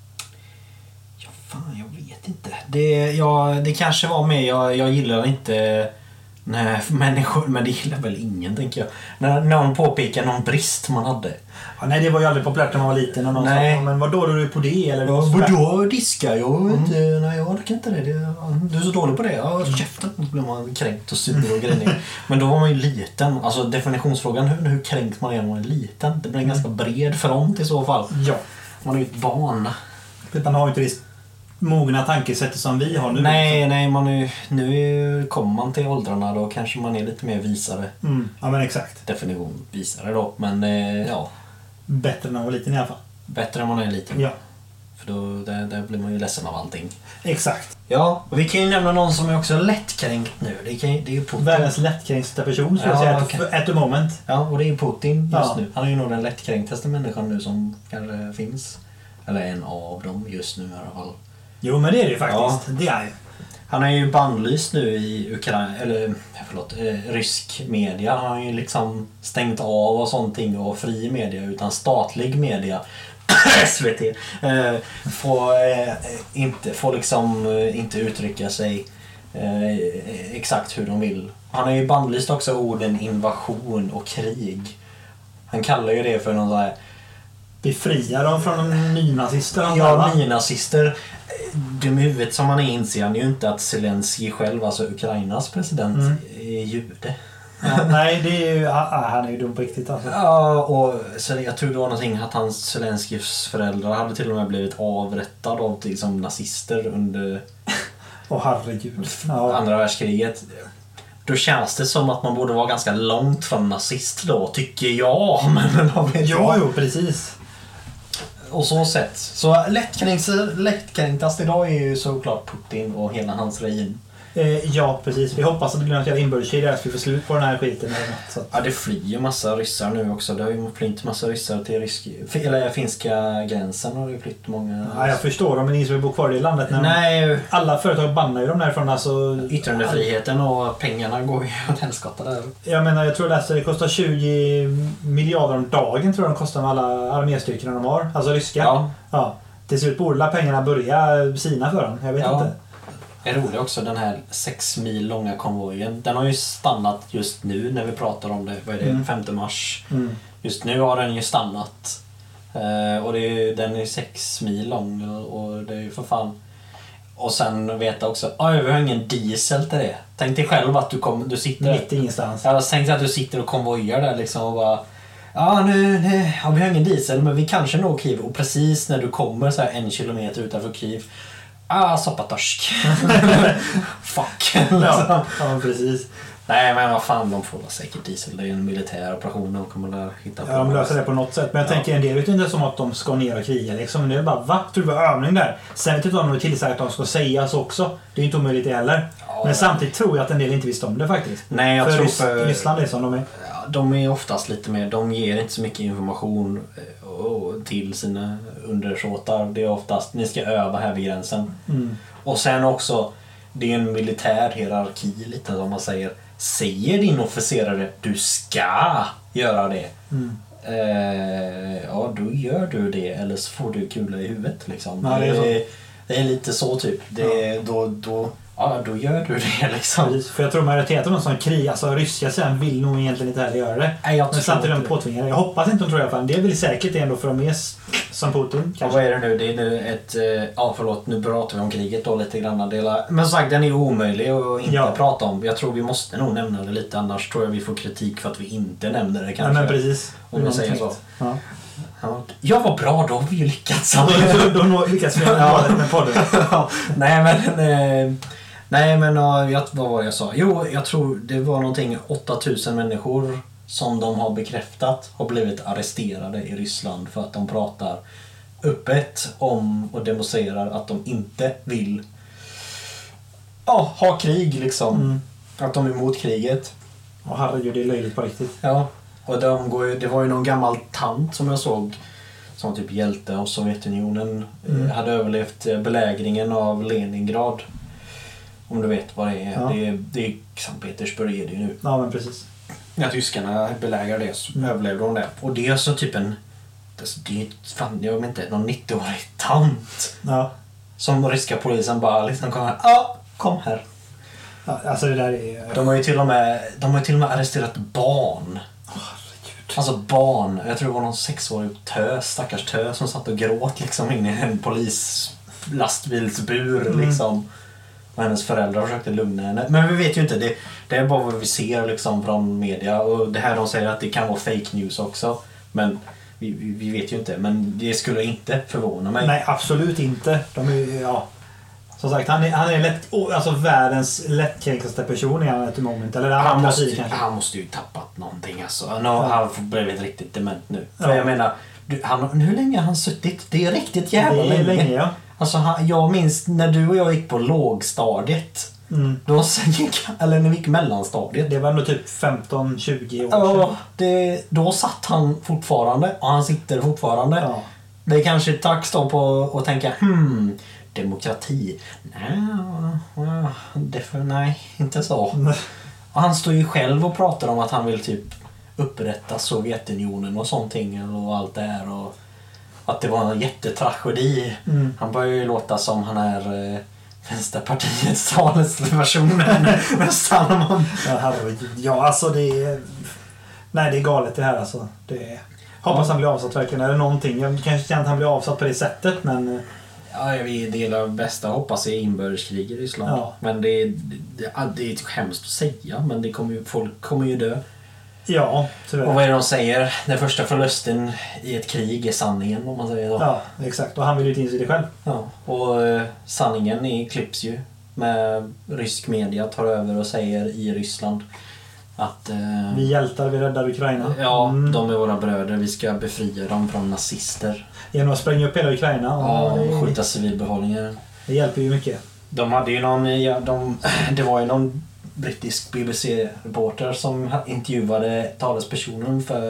ja, fan, jag vet inte. Det, ja, det kanske var med, jag, jag gillar inte nej, människor, men det gillar väl ingen tänker jag. När någon påpekar någon brist man hade. Ja, nej, det var ju aldrig populärt när man var liten. Och någon nej. Sa, men vad då är du på det? Eller ja, vadå diska? Jag vet inte, mm. nej, jag orkar inte det. det. Du är så dålig på det. Ja, mm. käften. Då blir man kränkt och sur och grejer. Men då var man ju liten. Alltså definitionsfrågan, hur, hur kränkt man är när man är liten? Det blir en mm. ganska bred front i så fall. Ja. Man är ju ett barn. Man har ju inte det mogna tankesättet som vi har nu. Nej, liksom. nej man är, nu kommer man till åldrarna då kanske man är lite mer visare. Mm. Ja, men exakt. Definition visare då, men eh, ja. Bättre när man var liten i alla fall. Bättre än man är liten. Ja. För då där, där blir man ju ledsen av allting. Exakt. Ja, och vi kan ju nämna någon som är också lättkränkt nu. Det, kan, det är ju Putin. Världens lättkränkta person skulle ja, jag säga. Okay. At the moment. Ja, och det är ju Putin just ja. nu. Han är ju nog den lättkränktaste människan nu som kanske finns. Eller en av dem just nu i alla fall. Jo, men det är det ju faktiskt. Ja. Det är ju. Han är ju bannlyst nu i Ukraina, eller förlåt, eh, rysk media. Han har ju liksom stängt av och sånting och fri media utan statlig media. S V T eh, får eh, inte får liksom eh, inte uttrycka sig eh, exakt hur de vill. Han har ju bannlyst också orden invasion och krig. Han kallar ju det för någon sån här befria dem från nynazister. Ja, nynazister. Dum i huvudet som man är inser han ju inte att Zelensky själv, alltså Ukrainas president, mm. är jude. Ja, nej, det är ju, han är ju dum på riktigt alltså. Ja, och så jag tror det var någonting att hans Zelenskys föräldrar hade till och med blivit avrättade av liksom nazister under Åh, herregud. Ja. andra världskriget. Då känns det som att man borde vara ganska långt från nazist då, tycker jag. Men vad vet jag? Jo, jo, precis. Och så sätt. Så lättkränktast idag är ju såklart Putin och hela hans regim. Eh, ja, precis. Vi hoppas att det blir något jävla inbördeskrig där så vi får slut på den här skiten eller något. Så att... Ja, det flyr ju massa ryssar nu också. Det har ju flytt massa ryssar till rysk... eller finska gränsen har det flytt många... Ja, jag förstår dem, men ni som bor kvar i landet när Nej. De... alla företag bannar ju dem därifrån. Alltså... Yttrandefriheten och pengarna går ju åt helskotta där. Jag menar, jag tror att det kostar tjugo miljarder om dagen tror jag de kostar med alla arméstyrkorna de har. Alltså ryska. Ja. Ja. Till slut borde pengarna börja sina för dem. Jag vet ja. inte. Det är roligt också, den här sex mil långa konvojen. Den har ju stannat just nu när vi pratar om det. Vad är det? Mm. femte mars. Mm. Just nu har den ju stannat. Eh, och det är, den är sex mil lång. Och, och det är ju för fan... Och sen veta också, oj vi har ingen diesel till det. Tänk dig själv att du, kom, du sitter... Mitt ingenstans. Ja, tänk dig att du sitter och konvojar där liksom och bara... Ja, nu, nu ja, vi har ingen diesel men vi kanske når Kiev. Och precis när du kommer så här en kilometer utanför Kiev. Ah, soppatorsk. Fuck. Ja, ja, precis. Nej, men vad fan, de får säkert diesel. Det är en militär operation. De kommer där hitta på. Ja, de löser det på något sätt. Men jag ja. tänker en del vet inte som att de ska ner och kriga. Liksom. Det är bara, va? Tror du det var övning där? Sen vet inte om de är tillsagt att de ska sägas också. Det är inte omöjligt heller. Ja, men samtidigt tror jag att en del inte visste om det faktiskt. Nej, jag för tror Rys- för... Ryssland är som de är. Ja, de är oftast lite mer... De ger inte så mycket information till sina undersåtar. Det är oftast, ni ska öva här vid gränsen. Mm. Och sen också, det är en militär hierarki lite som man säger. Säger din officerare, du ska göra det. Mm. Eh, ja, då gör du det. Eller så får du kula i huvudet. Liksom. Ja, det, är det, det är lite så typ. Det, ja. då, då, ja, då gör du det liksom. Precis, för jag tror majoriteten av de som krigar, alltså ryska sen vill nog egentligen inte heller göra det. Nej, jag men samtidigt de påtvingar. Jag hoppas inte de tror jag fan. Det vill säkert det ändå för de är som Putin. Och vad är det nu? Det är nu ett... Ja, förlåt. Nu pratar vi om kriget då lite grann. Delar. Men som sagt, den är omöjlig att inte ja. prata om. Jag tror vi måste nog nämna det lite. Annars tror jag vi får kritik för att vi inte nämner det kanske. Ja, men precis. Om vi säger så. Ja. Ja. Jag var bra, då har vi ju lyckats. Då har vi lyckats med, ja. med podden. Ja. Nej, men... Eh, nej, men uh, vad var det jag sa? Jo, jag tror det var någonting åtta tusen människor som de har bekräftat har blivit arresterade i Ryssland för att de pratar öppet om och demonstrerar att de inte vill ja, ha krig liksom. Mm. Att de är emot kriget. Och herregud, det är löjligt på riktigt. Ja, och de går ju, det var ju någon gammal tant som jag såg som typ hjälte av Sovjetunionen. Mm. Hade överlevt belägringen av Leningrad. Om du vet vad det är. Ja. Det är, det är Sankt Petersburg är det ju nu. Ja, men precis. När tyskarna belägrar det så mm. överlevde de det. Och det är så typ en... Det är fan, jag vet inte, någon nittioårig tant. Ja. Som ryska polisen bara liksom kommer här. Ja, kom här. Ja, alltså det där är... De har ju till och med, de har ju till och med arresterat barn. Oh, herregud. Alltså barn. Jag tror det var någon sexårig tös, stackars tös som satt och gråt liksom in i en polislastbilsbur mm. liksom. Och hennes föräldrar försökte lugna henne. Men vi vet ju inte. Det, det är bara vad vi ser liksom från media. Och det här de säger att det kan vara fake news också. Men vi, vi, vi vet ju inte. Men det skulle inte förvåna mig. Nej, absolut inte. De är, ja. Som sagt, han är, han är lätt, alltså världens lättkränkaste person i ett moment. Eller han, måste, tid, han måste ju tappat någonting. Alltså. Han har ja. blivit riktigt dement nu. För ja. jag menar, du, han, hur länge har han suttit? Det är riktigt jävla länge. Det är länge, ja. Alltså han, jag minns när du och jag gick på lågstadiet. Mm. Då sen gick, eller när vi gick mellanstadiet. Det var nog typ femton tjugo år ja, sedan. Det, då satt han fortfarande och han sitter fortfarande. Ja. Det är kanske dags då på att tänka hmm, demokrati. Nej, det för, nej inte så. Och han står ju själv och pratar om att han vill typ upprätta Sovjetunionen och sånting och allt det här och att det var en jättetragedi. Mm. Han börjar ju låta som han är eh, Vänsterpartiets talesperson nästan. Om han... Ja, herregud. Ja, alltså det är... Nej, det är galet det här alltså. Det är... Hoppas ja. han blir avsatt verkligen. Eller någonting. Jag kanske känner att han blir avsatt på det sättet, men... Ja, vi delar bästa hoppas i inbördeskrig i Ryssland. Ja. Men det är, det, det är hemskt att säga, men det kommer ju, folk kommer ju dö. Ja, tyvärr. Och vad är det de säger? Den första förlusten i ett krig är sanningen, om man säger så. Ja, exakt. Och han vill ju inte inse det själv. Ja, och eh, sanningen är, klipps ju med rysk media tar över och säger i Ryssland att... Eh, vi hjältar, vi räddar Ukraina. Ja, mm. de är våra bröder. Vi ska befria dem från nazister. Genom att spränga upp hela Ukraina. Ja, och det... skjuta civilbefolkningen. Det hjälper ju mycket. De hade ju någon, ja, de, det var ju någon brittisk B B C-reporter som intervjuade talespersonen för,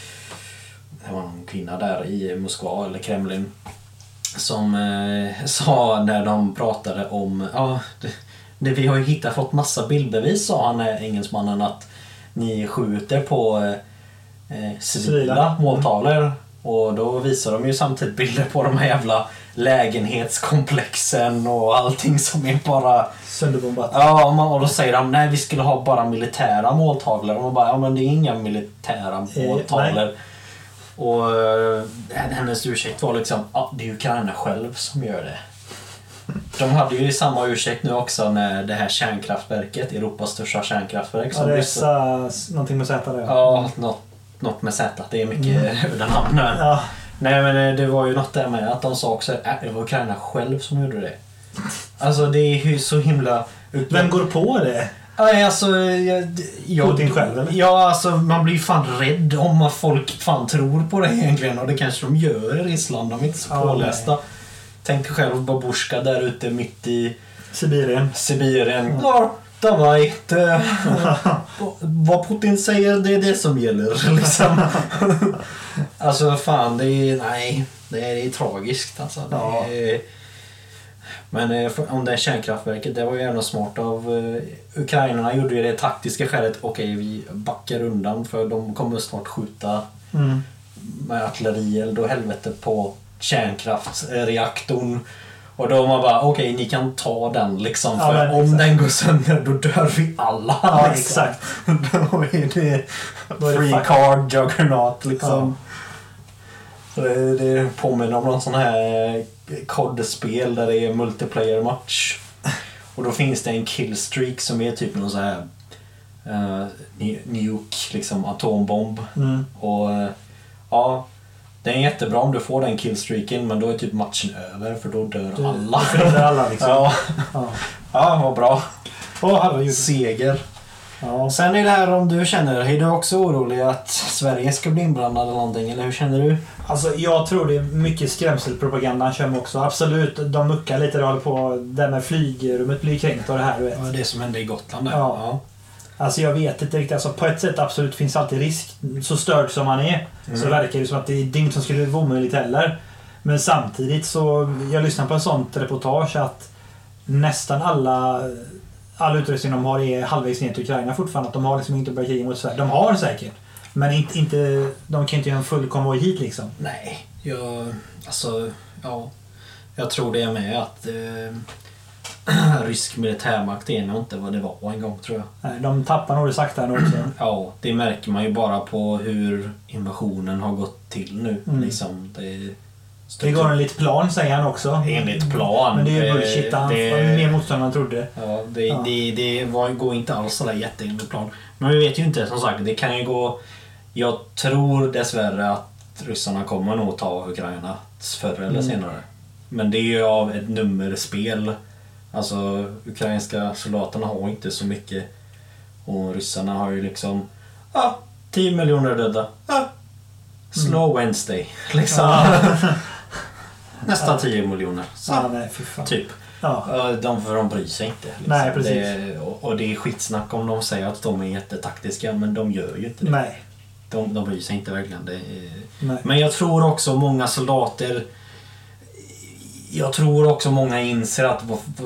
det var någon kvinna där i Moskva eller Kremlin, som eh, sa när de pratade om, ja, det, det, vi har ju hittat fått massa bildbevis, sa han, engelsmannen, att ni skjuter på eh, civila måltavlor. Mm. Och då visar de ju samtidigt bilder på de här jävla lägenhetskomplexen och allting som är bara sönderbombat. Ja, och då säger de, nej, vi skulle ha bara militära måltavlor. Och man bara, ja men det är inga militära måltavlor. Eh, och äh, hennes ursäkt var liksom, ja, det är ju Ukraina själv som gör det. De hade ju samma ursäkt nu också när det här kärnkraftverket, Europas största kärnkraftverk. Ja, det är så, någonting med Z där. Ja, något, något med Z. Det är mycket mm. över namnen. Ja. Nej, men det var ju något där med att de sa också att det var Ukraina själv som gjorde det. Alltså det är ju så himla... Vem går på det? Ja, alltså... Jag, jag, Putin själv, eller? Ja, alltså man blir fan rädd om att folk fan tror på det egentligen. Och det kanske de gör i Ryssland. De är inte så ja, pålästa. Nej. Tänk själv babushka där ute mitt i... Sibirien. Sibirien. Mm. Ja, давай. Det, vad Putin säger, det är det som gäller. Liksom. Alltså fan, det är... Nej, det är, det är tragiskt. Alltså. Ja. Det är, men om det är kärnkraftverket, det var ju ändå smart av uh, Ukrainarna gjorde ju det taktiska skälet. Okej, okay, vi backar undan för de kommer snart skjuta mm. med artillerield och helvete på kärnkraftsreaktorn. Och då man bara, okej, okay, ni kan ta den liksom, för ja, om exakt. Den går sönder då dör vi alla. Ja, liksom. Exakt. Då är det free card juggernaut liksom. Ja. Så det, det påminner om någon sån här kodspel där det är multiplayer match. Och då finns det en killstreak som är typ någon så här uh, nuke, liksom atombomb. Mm. Och uh, ja, det är jättebra om du får den killstreaken, men då är typ matchen över för då dör du, alla. Du dör alla liksom. Ja. Ja. Ja, vad bra. Oh, seger. Ja. Sen är det här om du känner, är du också orolig att Sverige ska bli inblandad eller någonting, eller hur känner du? Alltså jag tror det är mycket skrämselpropaganda kör också. Absolut, de muckar lite, håller på där med flygrummet blir kränkt och det här, du vet. Ja, det som hände i Gotland där. Ja. Ja. Alltså jag vet inte riktigt, alltså på ett sätt absolut finns alltid risk, så störd som man är mm. så verkar det som att det är inget som skulle vara omöjligt heller. Men samtidigt så, jag lyssnar på en sånt reportage att nästan alla all utrustning de har är halvvägs ner till Ukraina fortfarande, att de har liksom inte börjat kriga mot Sverige. De har säkert, men inte, inte, de kan inte göra en full konvoj hit liksom. Nej, jag, alltså, ja, jag tror det är med att eh, rysk militärmakt är nog inte vad det var en gång, tror jag. Nej, de tappar nog det sakta nu också. Ja, det märker man ju bara på hur invasionen har gått till nu. Mm. Liksom, det, det går enligt plan, säger han också. Enligt plan. Men det är ju bullshit, han det, var mer motstånd än han trodde. Ja, det, ja. det, det var, går inte alls så där jätteenligt plan. Men vi vet ju inte, som sagt, det kan ju gå... Jag tror dessvärre att ryssarna kommer nog ta Ukraina förr eller mm. senare. Men det är ju av ett nummerspel. Alltså, ukrainska soldaterna har inte så mycket. Och ryssarna har ju liksom... Ja, ah, tio miljoner döda. Ah, slow mm. Wednesday. Liksom. Ja. Nästan tio miljoner. Så, ja, nej, fy fan. Typ. Ja. De, för de bryr sig inte. Liksom. Nej, precis. Det, och, och det är skitsnack om de säger att de är jättetaktiska, men de gör ju inte det. Nej. De, de bryr sig inte verkligen. Det är... Men jag tror också många soldater... Jag tror också många inser att...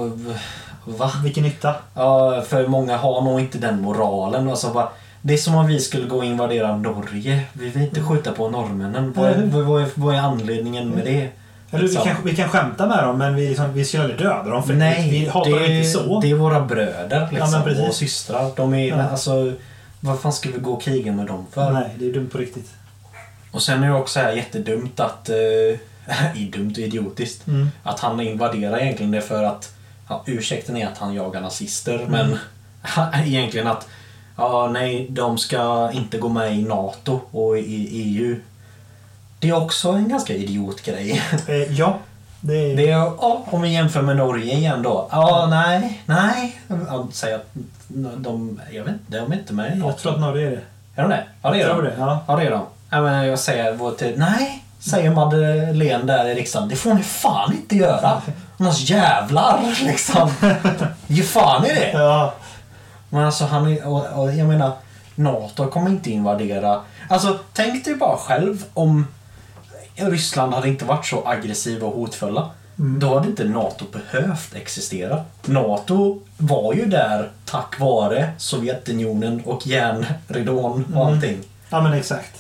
Va? Vilken nytta? Ja, för många har nog inte den moralen. Alltså, va? Det är som om vi skulle gå och invadera Norge. Vi vill inte skjuta på norrmännen. Vad är, vad är, vad är anledningen med det? Eller, vi, kan, vi kan skämta med dem, men vi, liksom, vi skulle aldrig döda dem. För nej, vi hatar dem inte så. Det är våra bröder liksom, ja, och systrar. De är, ja. Alltså, vad fan ska vi gå och kriga med dem för? Nej, det är dumt på riktigt. Och sen är det också här jättedumt att... Uh, dumt och idiotiskt. Mm. Att han invaderar egentligen det för att... Ja, ursäkten är att han jagar nazister, mm. men egentligen att... Ja, nej, de ska inte gå med i NATO och i E U. Det är också en ganska idiotgrej. Eh, ja. Det är... Det är, ja, om vi jämför med Norge igen då. Ja, nej, nej. Jag säger att de, jag vet inte, de är inte med i NATO. Jag tror att Norge är det. Är de det? Ja, det är de. Det, ja. Ja, det är de. Ja, men jag säger vår tid, nej, säger Madeleine där i riksdagen. Det får ni fan inte göra. Någons jävlar liksom. Ge fan i det. Ja. Men alltså han är, och, och jag menar NATO kommer inte invadera. Alltså tänk dig bara själv om Ryssland hade inte varit så aggressiva och hotfulla. Mm. Då hade inte NATO behövt existera. NATO var ju där tack vare Sovjetunionen och järnridån och mm. allting. Ja men exakt.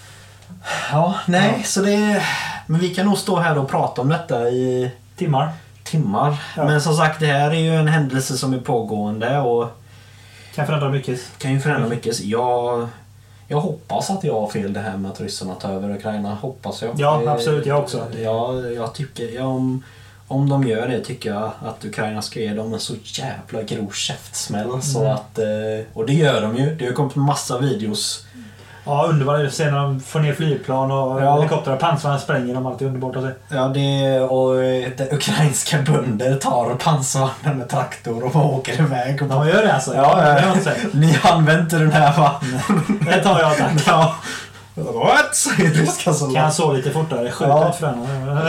Ja, nej, ja. så det men vi kan nog stå här och prata om detta i timmar. Timmar. Ja. Men som sagt, det här är ju en händelse som är pågående och kan förändra mycket. Kan ju förändra mycket. Jag, jag hoppas att jag har fel det här med att ryssarna tar över Ukraina. Hoppas jag. Ja, absolut. Jag också. Jag, jag tycker, ja, om, om de gör det tycker jag att Ukraina ska ge dem en så jävla grov käftsmäll. Mm. Så att, och det gör de ju. Det har kommit massa videos. Ja, underbart. Sen när de får ner flygplan och ja. helikoptrar och pansarna spränger dem. Allt är underbart att se. Ja, det och de ukrainska bönder tar pansarvagnar med traktor och åker iväg. Ja, man gör det alltså? Ja, ja. Ni använder den här va? Det tar jag tack. Ja. What? Kan jag så lite fortare? Skjut ja. ut fram.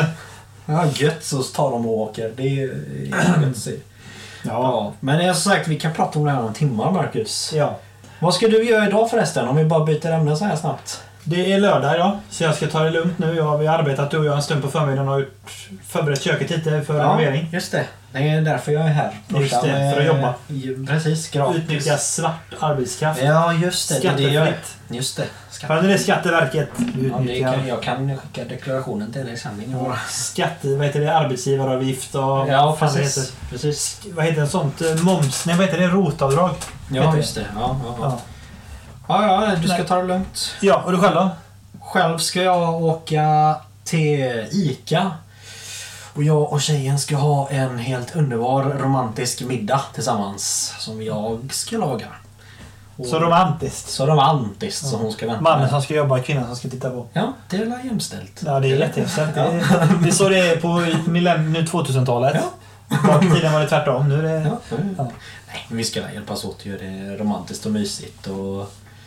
Ja, gött så tar de och åker. Det är ju gött att se. Ja. ja. Men jag som sagt, vi kan prata om det här om timmar, Marcus. Ja. Vad ska du göra idag förresten om vi bara byter ämne så här snabbt? Det är lördag idag, så jag ska ta det lugnt nu. Jag har vi arbetat du och jag en stund på förmiddagen och förberett köket lite för ja, renovering. Just det. Det är därför jag är här. Just det, med, för att jobba. Precis, gratis. Utnyttja svart arbetskraft. Ja, just det. Skattefritt. Det just det. För det är Skatteverket. Ja, det kan, jag kan skicka deklarationen till dig sen. Ja, skatte, vad heter det? Arbetsgivaravgift och... Ja, precis. precis. Vad heter det? Sånt? Moms? Nej, vad heter det? Rotavdrag? Ja, just det. Ja, ja, ja. Ja, ja, du ska Nej. ta det lugnt. Ja, och du själv då? Själv ska jag åka till Ica. Och jag och tjejen ska ha en helt underbar romantisk middag tillsammans. Som jag ska laga. Och så romantiskt. Så romantiskt ja. Som hon ska vänta. Mannen som ska jobba och kvinnan som ska titta på. Ja, det är jämställt. Ja, det är jättejämställt. Ja. Det är så det är på nu tvåtusentalet. Ja. På tiden var det tvärtom. Nu är det... Ja. Ja. Nej, vi ska hjälpas åt att göra det romantiskt och mysigt. Och...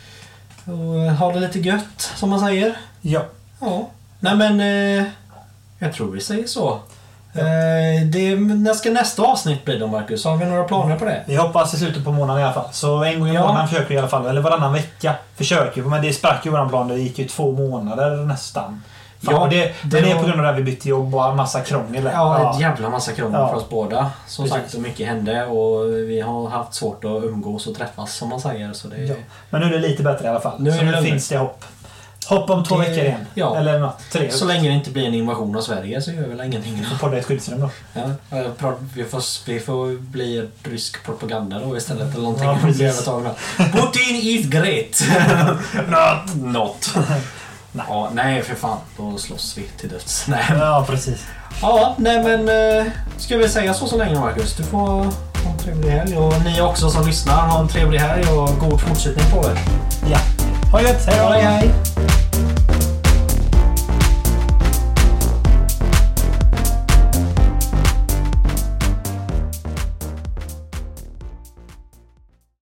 Och ha det lite gött, som man säger. Ja. Ja. Nej men, eh, jag tror vi säger så. Ja. Eh, det, när ska nästa avsnitt bli då, Marcus? Har vi några planer på det? Vi hoppas i slutet på månaden i alla fall. Så en gång i månaden ja. försöker vi i alla fall. Eller varannan vecka försöker vi. Men det sprack ju våran plan. Det gick ju två månader nästan. Fan, ja, det, det, det är på grund av att vi bytte jobb och en massa krångel. Ja, ja. Ett jävla massa krångel ja. för oss båda. Som Precis. sagt, så mycket hände och vi har haft svårt att umgås och träffas som man säger. Så det... ja. Men nu är det lite bättre i alla fall. Nu, så nu finns det hopp. Hopp om två det... veckor igen. Ja. Eller något. Tre. Så länge det inte blir en invasion av Sverige så gör vi väl ingenting. Vi får podda ett skyddsrum då. Ja, vi får, vi får bli rysk propaganda då istället. Eller någonting. Ja, Putin is great. Not. Not. Nej. Ja, nej för fan, då slåss vi till döds. Nej. Ja, precis. Ja, nej men ska vi säga så så länge, Marcus? Du får ha en trevlig helg och ni också som lyssnar, ha en trevlig helg och god fortsättning på er. Ja. Ha det gött, hej då. Hej hej.